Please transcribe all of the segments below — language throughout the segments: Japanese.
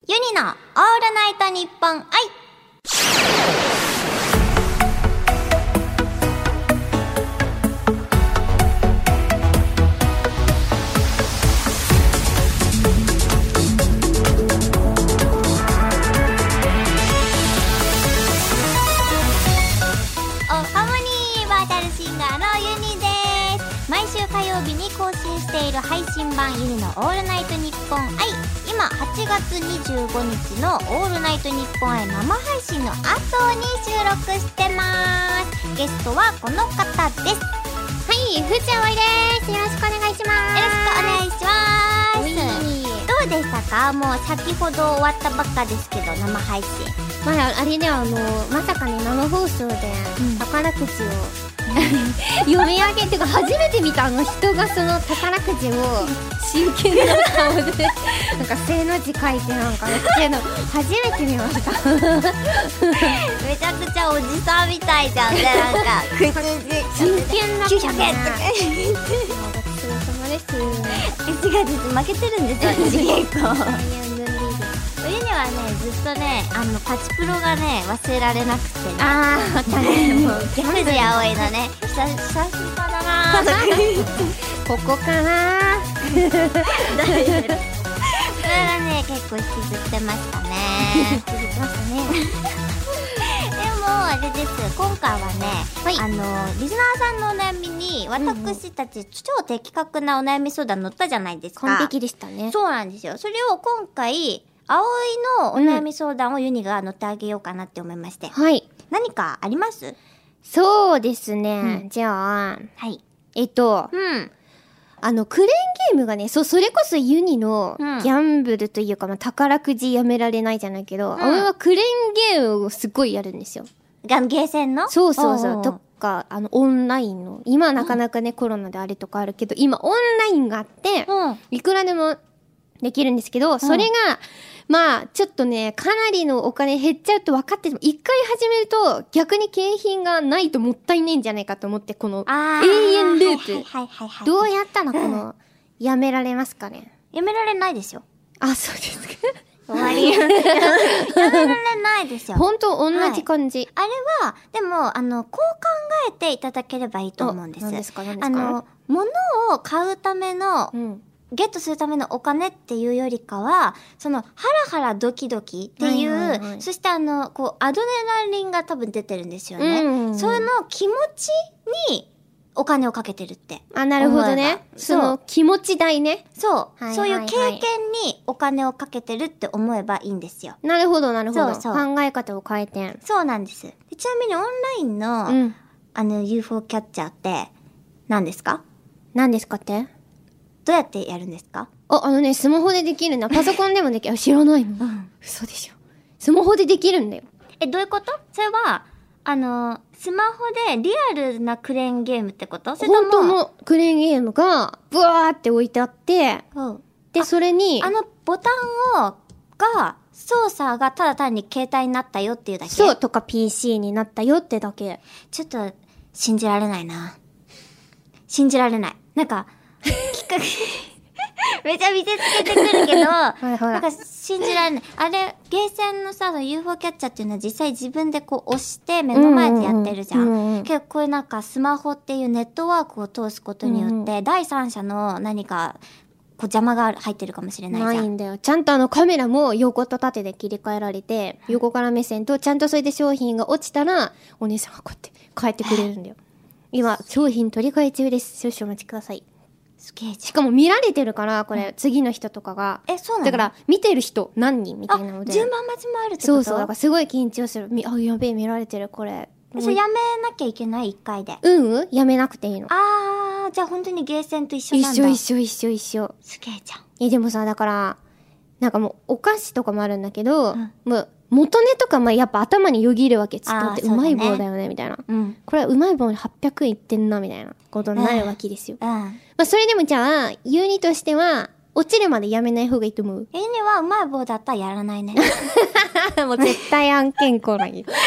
ユニのオールナイトニッポン愛。おハモニーバーチャルシンガーのユニです。毎週火曜日に更新している配信版ユニのオールナイトニッポン愛。今8月25日のオールナイトニッポン愛生配信の後に収録してます。ゲストはこの方です。 はい、ふーちゃんおいです。よろしくお願いします。 よろしくお願いします。どうでしたか？もう先ほど終わったばっかですけど、生配信。 まあ、あれではまさかね、生放送で宝くじを、読み上げてか初めて見た人がその宝くじを真剣な顔でなんか正の字書いてなんかっていうの初めて見ましためちゃくちゃおじさんみたいじゃんね。なんか口真剣な顔 900円とかごちそうさまです。 違うです、負けてるんですよ私結構。冬にはね、ずっとね、パチプロがね、忘れられなくてね。 あー、またね、もう藤葵のね、久々だなーここかなそれがね、結構引きずってましたね。 引きずってましたねでもあれです、今回はね、 はい、 リスナーさんのお悩みに私たち超的確なお悩み相談載ったじゃないですか。 完璧でしたね。 そうなんですよ。それを今回葵のお悩み相談をユニが載ってあげようかなって思いまして、 はい、 何かあります？ そうですね、じゃあ、 はい、 クレーンゲームがね、それこそユニのギャンブルというか、まあ、宝くじやめられないじゃないけど、俺はクレーンゲームをすごいやるんですよ。 ゲーセンの？ そうそうそう。とか、オンラインの。今はなかなかね、コロナであれとかあるけど、今オンラインがあって、いくらでもできるんですけど、それが、まあ、ちょっとね、かなりのお金減っちゃうと分かってても、一回始めると、逆に景品がないともったいないんじゃないかと思って、この、永遠ループ。どうやったのやめられますかね？ やめられないですよ。 あ、そうですか。 終わり。やめられないですよ。 ほんと、同じ感じ。 あれは、でも、こう考えていただければいいと思うんです。 何ですか？物を買うための、ゲットするためのお金っていうよりかは、ハラハラドキドキっていう、そしてアドレナリンが多分出てるんですよね。その気持ちにお金をかけてるって。 あ、なるほどね。その気持ち代ね。 そう。そういう経験にお金をかけてるって思えばいいんですよ。 なるほど、なるほど。考え方を変えて。 そうなんです。ちなみにオンラインの、UFO キャッチャーって何ですか？ 何ですかって？ どうやってやるんですか？ スマホでできるんだ。パソコンでもできる。知らないの？嘘でしょ。スマホでできるんだよ。 どういうこと？それは、スマホでリアルなクレーンゲームってこと？それとも本当のクレーンゲームが、ブワーって置いてあって、で、それに、 ボタンが、操作がただ単に携帯になったよっていうだけ？ そう、とか PC になったよってだけ。 ちょっと、信じられないな。信じられない。なんか、めちゃ見せつけてくるけど、なんか信じられない。あれ、ゲーセンのさ、UFO キャッチャーっていうのは実際自分でこう押して目の前でやってるじゃん。けどこれなんかスマホっていうネットワークを通すことによって、第三者の何か、邪魔が入ってるかもしれないじゃん。 ないんだよ。ちゃんとカメラも横と縦で切り替えられて、横から目線と、ちゃんとそれで商品が落ちたら、お姉さんがこうやって帰ってくれるんだよ。今、商品取り替え中です。少々お待ちください。 すげえじゃん。 しかも見られてるから、これ、次の人とかが。 そうなの？ だから、見てる人何人みたいなので。 順番待ちもあるってこと？ そう。だからすごい緊張する。やべえ、見られてる、これ。 それやめなきゃいけない？一回で。 やめなくていいの。 じゃあ本当にゲーセンと一緒なんだ。 一緒。 すげえじゃん。 でもさ、だから、なんかもう、お菓子とかもあるんだけど、もう、元値とか、やっぱ頭によぎるわけ。ちょっと待って、うまい棒だよね、みたいな。これはうまい棒に800円いってんな、みたいなことになるわけですよ。それでもじゃあ、ユニとしては、落ちるまでやめない方がいいと思う。 ユニはうまい棒だったらやらないね。 もう絶対案件来ない。 やば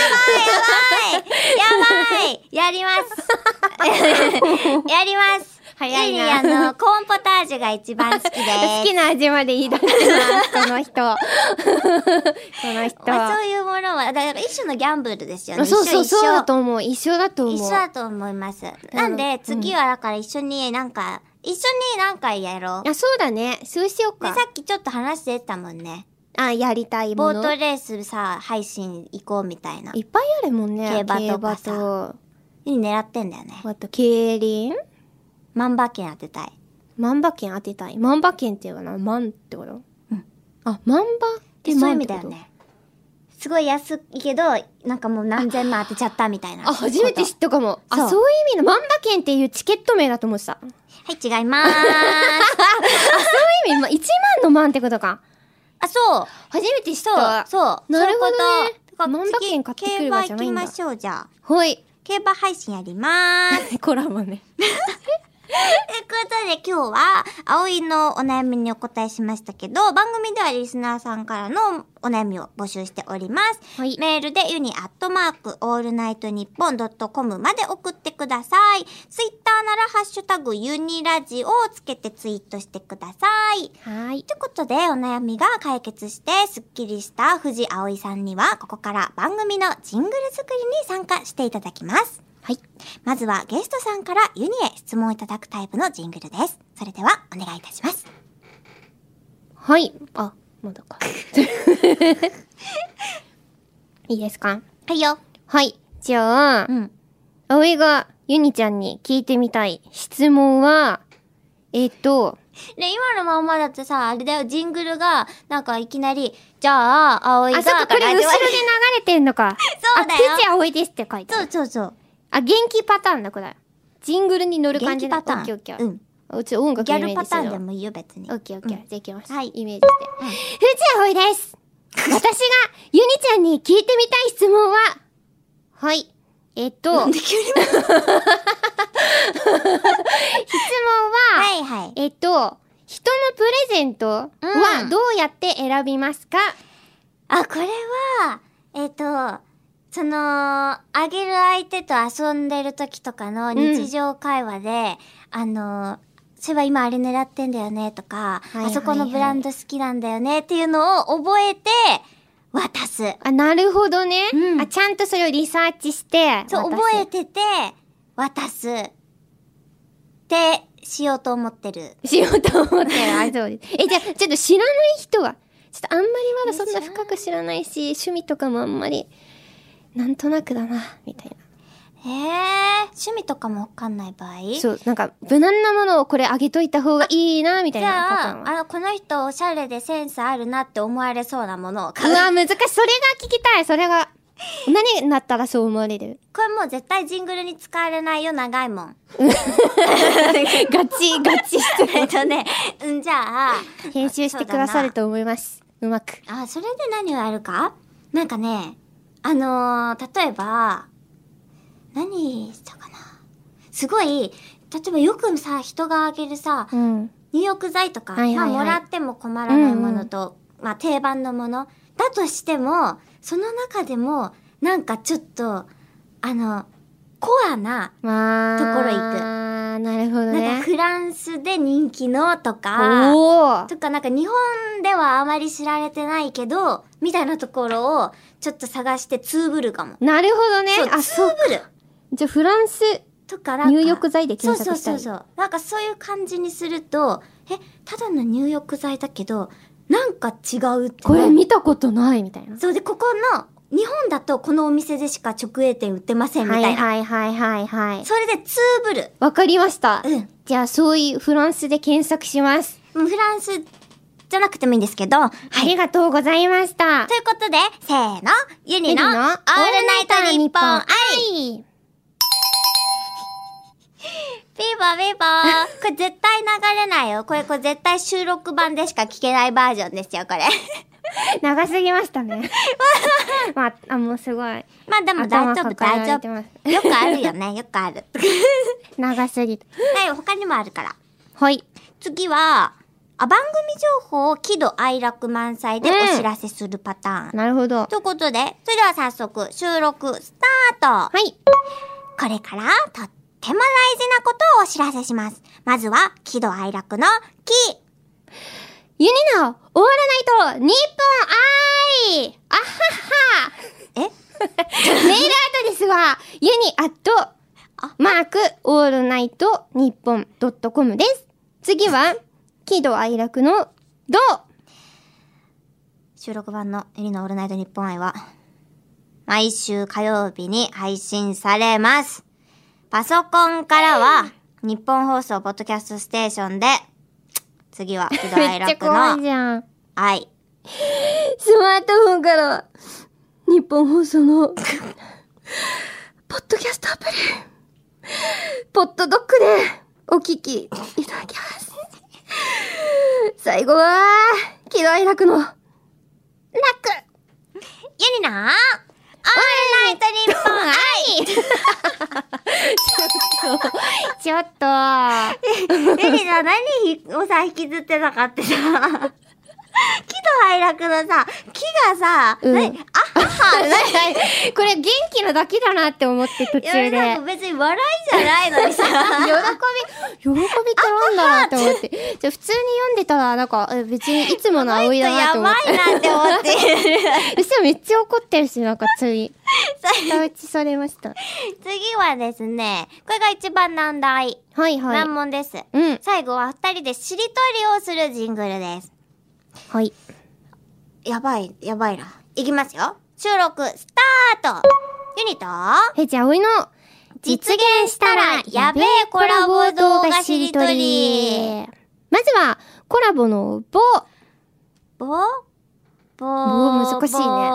いやりますやります早いゆりな。 コーンポタージュが一番好きです。 好きな味まで言い出してます、この人。この人。 まあ、そういうものは、だから一種のギャンブルですよね。 そうそう、 一緒そうだと思う。一緒だと思う。 一緒だと思います。なんで、次はだから一緒に何回やろう。 あ、そうだね。そうしようで、 か。 さっきちょっと話してたもんね。 あ、やりたいもの。 ボートレースさ、配信行こうみたいな。 いっぱいあるもんね。 競馬とかさ競馬と、 狙ってんだよね。 あと、競輪万馬券当てたい。 万馬券当てたい。万馬券っていうかな、万ってこと？ うん。 あ、万馬ってそういう意万ってこと？ 味だよね。すごい安いけど、なんかもう何千万当てちゃったみたいな。 あ、初めて知ったかも。あ、 そうそういう意味の万馬券っていうチケット名だと思ってた。 はい、違いまーす。 そういう意味、1万の万ってことか。 あ、そう。 初めて知っそうた。、 そう。 なるほどねそういうこと。 万馬券買ってくるわじゃないんだ競馬行きましょう、じゃあ。 ほい。 競馬配信やりまーす。 コラボね。 ということで今日は、葵のお悩みにお答えしましたけど、番組ではリスナーさんからのお悩みを募集しております。 はい。 メールでユニ@allnightnippon.com まで送ってください。ツイッターならハッシュタグユニラジオをつけてツイートしてください。 はい。 ということで、お悩みが解決してスッキリした藤葵さんには、ここから番組のジングル作りに参加していただきます。 はい。 まずはゲストさんからユニへ質問いただくタイプのジングルです。それではお願いいたします。 はい。あ、まだか。いいですか？ はいよ。 はい。じゃあ、 うん。 葵がユニちゃんに聞いてみたい質問は、 ね、今のまんまだってさ、あれだよ、ジングルが、なんかいきなり、じゃあ、葵が、 あ、そっか、これ後ろで流れてんのか。 そうだよあ、藤葵ですって書いてある。 そうそうそう。 あ、元気パターンだ、これ。ジングルに乗る感じだ。 元気パターンオッケーオッケー。 うん。 うち音楽ギャルパイメージするターンでもいいよ、別に。 オッケーオッケー。 うんじゃあ行きます。 はいイメージして。藤葵です。私がユニちゃんに聞いてみたい質問は、はい。質問は、 はいはい。 人のプレゼントはどうやって選びますか？ あ、これは、あげる相手と遊んでる時とかの日常会話で、そういえば今あれ狙ってんだよねとか、 はいはいはいあそこのブランド好きなんだよねっていうのを覚えて渡す。 あ、なるほどね。 うんあ、ちゃんとそれをリサーチして、 そう、 渡す覚えてて渡す。ってしようと思ってる。 しようと思ってる。あ、そうです。じゃあ、ちょっと知らない人は、ちょっとあんまりまだそんな深く知らないし、趣味とかもあんまり、なんとなくだな、みたいな。 趣味とかもわかんない場合そう、なんか、無難なものをこれあげといた方がいいな、みたいじなパターゃンは。 あ、この人おしゃれでセンスあるなって思われそうなものを買う。 うわ、難しい。それが聞きたい。それが。何になったらそう思われる？ これもう絶対ジングルに使われないよ、長いもん。 ガチ質問。 じゃあ、 編集してくださると思います。うまく。 あ、それで何をやるかなんかね、例えば、何したかなすごい、例えばよくさ、人があげるさ、 うん。 入浴剤とか、 はいはいはいまあもらっても困らないものと、まあ定番のものだとしても、その中でも、なんかちょっと、コアな、 まあ、 ところ行くなるほどなんかね。 フランスで人気のとか、 おー。 とかなんか日本ではあまり知られてないけど、みたいなところをちょっと探してツーブルかも。 なるほどね。 そう、 あ、 ツそう。 ーブルじゃあフランスとかなんか。 入浴剤で検索したり。 そう。なんかそういう感じにすると、ただの入浴剤だけど、なんか違うって。 これ見たことないみたいな。 そうで、ここの、日本だとこのお店でしか直営店売ってませんみたいな。 はい。 それでツーブル。 わかりました。 うん。 じゃあそういうフランスで検索します。 フランスじゃなくてもいいんですけど、 ありがとうございましたと。いうことで、せーの、ユニのオールナイトニッポン愛。ピーボー。これ絶対流れないよ。これ絶対収録版でしか聞けないバージョンですよ、これ。 長すぎましたね。まあ、もうすごい。 まあでも大丈夫、大丈夫。よくあるよね、よくある。 長すぎた。 はい、他にもあるから。 はい。 次は、番組情報を喜怒哀楽満載でお知らせするパターン。 なるほど。 ということで、それでは早速収録スタート。 はい。 これからとっ手間大事なことをお知らせします。まずは、喜怒哀楽の喜。 ユニのオールナイト日本愛あははえメールアドレスは、ユニアットマークオールナイト日本.com です。次は、喜怒哀楽のド。 収録版のユニのオールナイト日本愛は、毎週火曜日に配信されます。パソコンからは、日本放送ポッドキャストステーションで、次は喜怒哀めっちゃ楽怖いのじゃん。 愛。 スマートフォンからは、日本放送の、ポッドキャストアプリ、ポッドドッグでお聞きいただきます。最後は、喜怒哀楽の、楽。 ユニのオールナイト日本愛ちょっと。 ユニが何をさ、引きずってたかってさ、喜怒哀楽のさ、喜がさ、 うん何あははこれ元気なだけだなって思って途いや、 中で。 なんか別に笑いじゃないのにさ、 喜びってなんだなって思って。じゃあ普通に読んでたら、なんか、別にいつもの葵だなって思って。 やばいなって思って。 そしたらめっちゃ怒ってるし、なんかつい。下打ちされました。 次はですね、これが一番難題。 はいはい。 難問です。 うん。 最後は二人でしりとりをするジングルです。 はい。 やばいな。いきますよ。収録スタート。ユニと、 じゃあ葵の、 実現したらやべえコラボ動画しりとり。 まずは、コラボのボ。難しいね。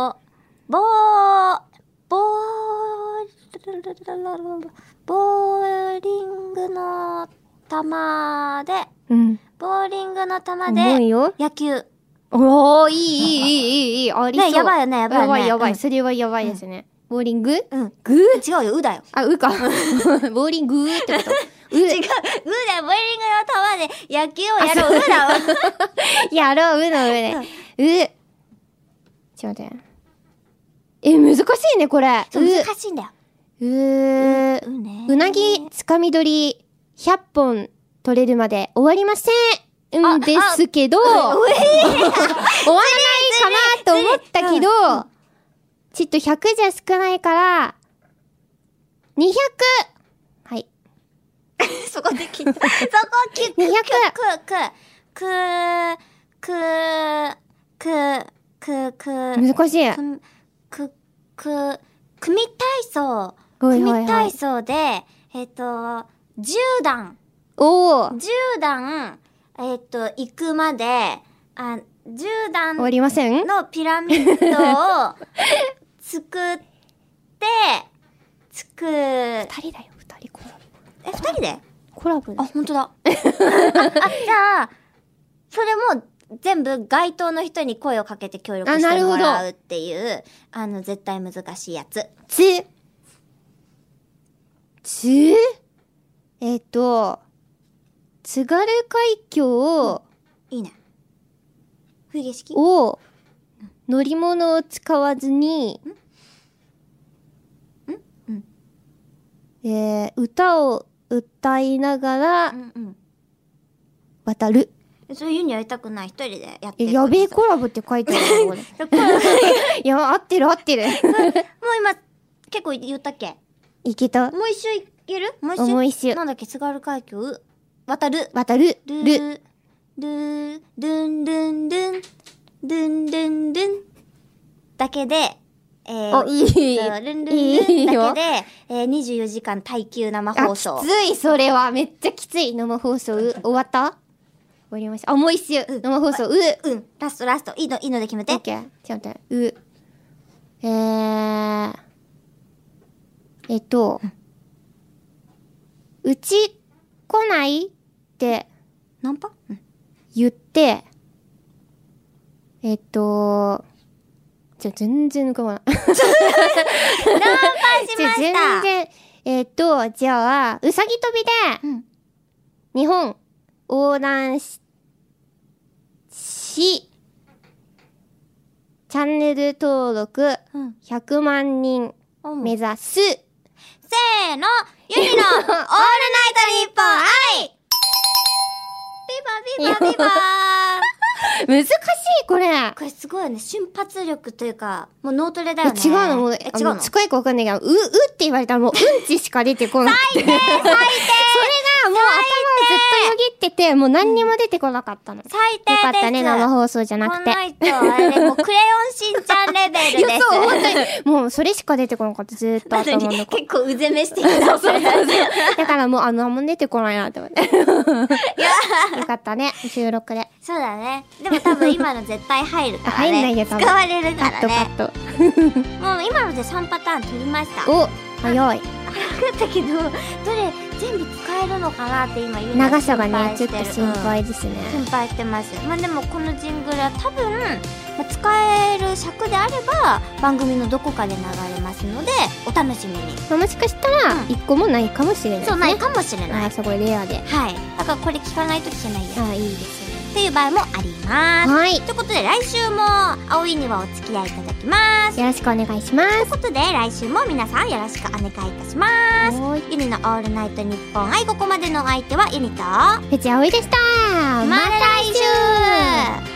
ボーリングの玉で、 うん。 ボーリングの玉重いで、 よ。 野球。 おー、いい。ありそう。 ね、やばいよね。 やばい。 うんそれはやばいですね。ボーリングうん。 グー違うよ、うだよ。 あ、うか。ボーリングってことう。 違う、うだよ、ボーリングの玉で野球をやろう、うだわ。 やろう、うの上で。ちょっと待って。難しいね、これ。 そう難しいんだよ。 ね。うなぎつかみ取り100本取れるまで終わりません。ですけど、終わらないかなと思ったけど、ちょっと100じゃ少ないから、200! はい。 そこで切った。そこ切った。 200! 難しい。 組体操。組体操で、10段。10段、行くまで、10段終わりませんのピラミッドを作って、 2人だよ、2人コラボ。 2人でコラボあ、ほんとだ。じゃあ、それも全部該当の人に声をかけて協力してもらうっていう、絶対難しいやつ。 津軽海峡いいね。冬景色を乗り物を使わずに、歌を歌いながら渡る。 そういうにやりたくない、一人でやってる。 やべえコラボって書いてあるよ、これ。いや、合ってる。もう今、結構言ったっけ？ いけた。 もう一周いける？もう一周。 なんだっけ、津軽海峡、渡る。 ルンだけで、 いいだけで、24時間耐久生放送。 きつい、それは。めっちゃきつい。生放送、終わった終わりました。もう一周。生放送、 ラスト。いいので決めて。 オッケー。ちょっと待って。うち来ないってナンパ？ 言って、全然浮かばない。 ナンパしました。 全然、じゃあ、うさぎ跳びで、日本横断し、チャンネル登録100万人目指す。 せーの、 ユニのオールナイトニッポン愛。ビバビバビバー。 難しい、これ。 これすごいよね。瞬発力というか、もう脳トレだよね。 違うの、もう、 違うの。 使いかわかんないけど、って言われたらもう、うんちしか出てこなくて。 最低最低それがもう頭をずっとよぎってて、もう何にも出てこなかったの。 最低です。 よかったね、生放送じゃなくて。 こんないと、あれもうクレヨンしんちゃんレベルです。 いや、そう、本当に。もう、それしか出てこなかった、ずーっと頭の中。 結構うぜめしてきた。 だからもう、何も出てこないなって思って。よかったね、収録で。 そうだね。でも多分今の絶対入るからね。 入んないよ、多分。 使われるからね。 カット。 もう今ので3パターン取りました。 お、早い。 早かったけど、どれ全部使えるのかなって今言うの長さがね、ちょっと心配ですね。 心配してます。まあでもこのジングルは多分、使える尺であれば番組のどこかで流れますのでお楽しみに。 もしかしたら1個もないかもしれない、ね。 そう、ないかもしれない。 すごいレアで。 はい。だからこれ聞かないと聞けないやつ。 いいですね。 っていう場合もあります。 はい。 ということで来週も葵にはお付き合いいただきます。 よろしくお願いします。 ということで来週も皆さんよろしくお願いいたします。ユニのオールナイトニッポン愛、ここまでのお相手はユニとペチ葵でした。 また来週。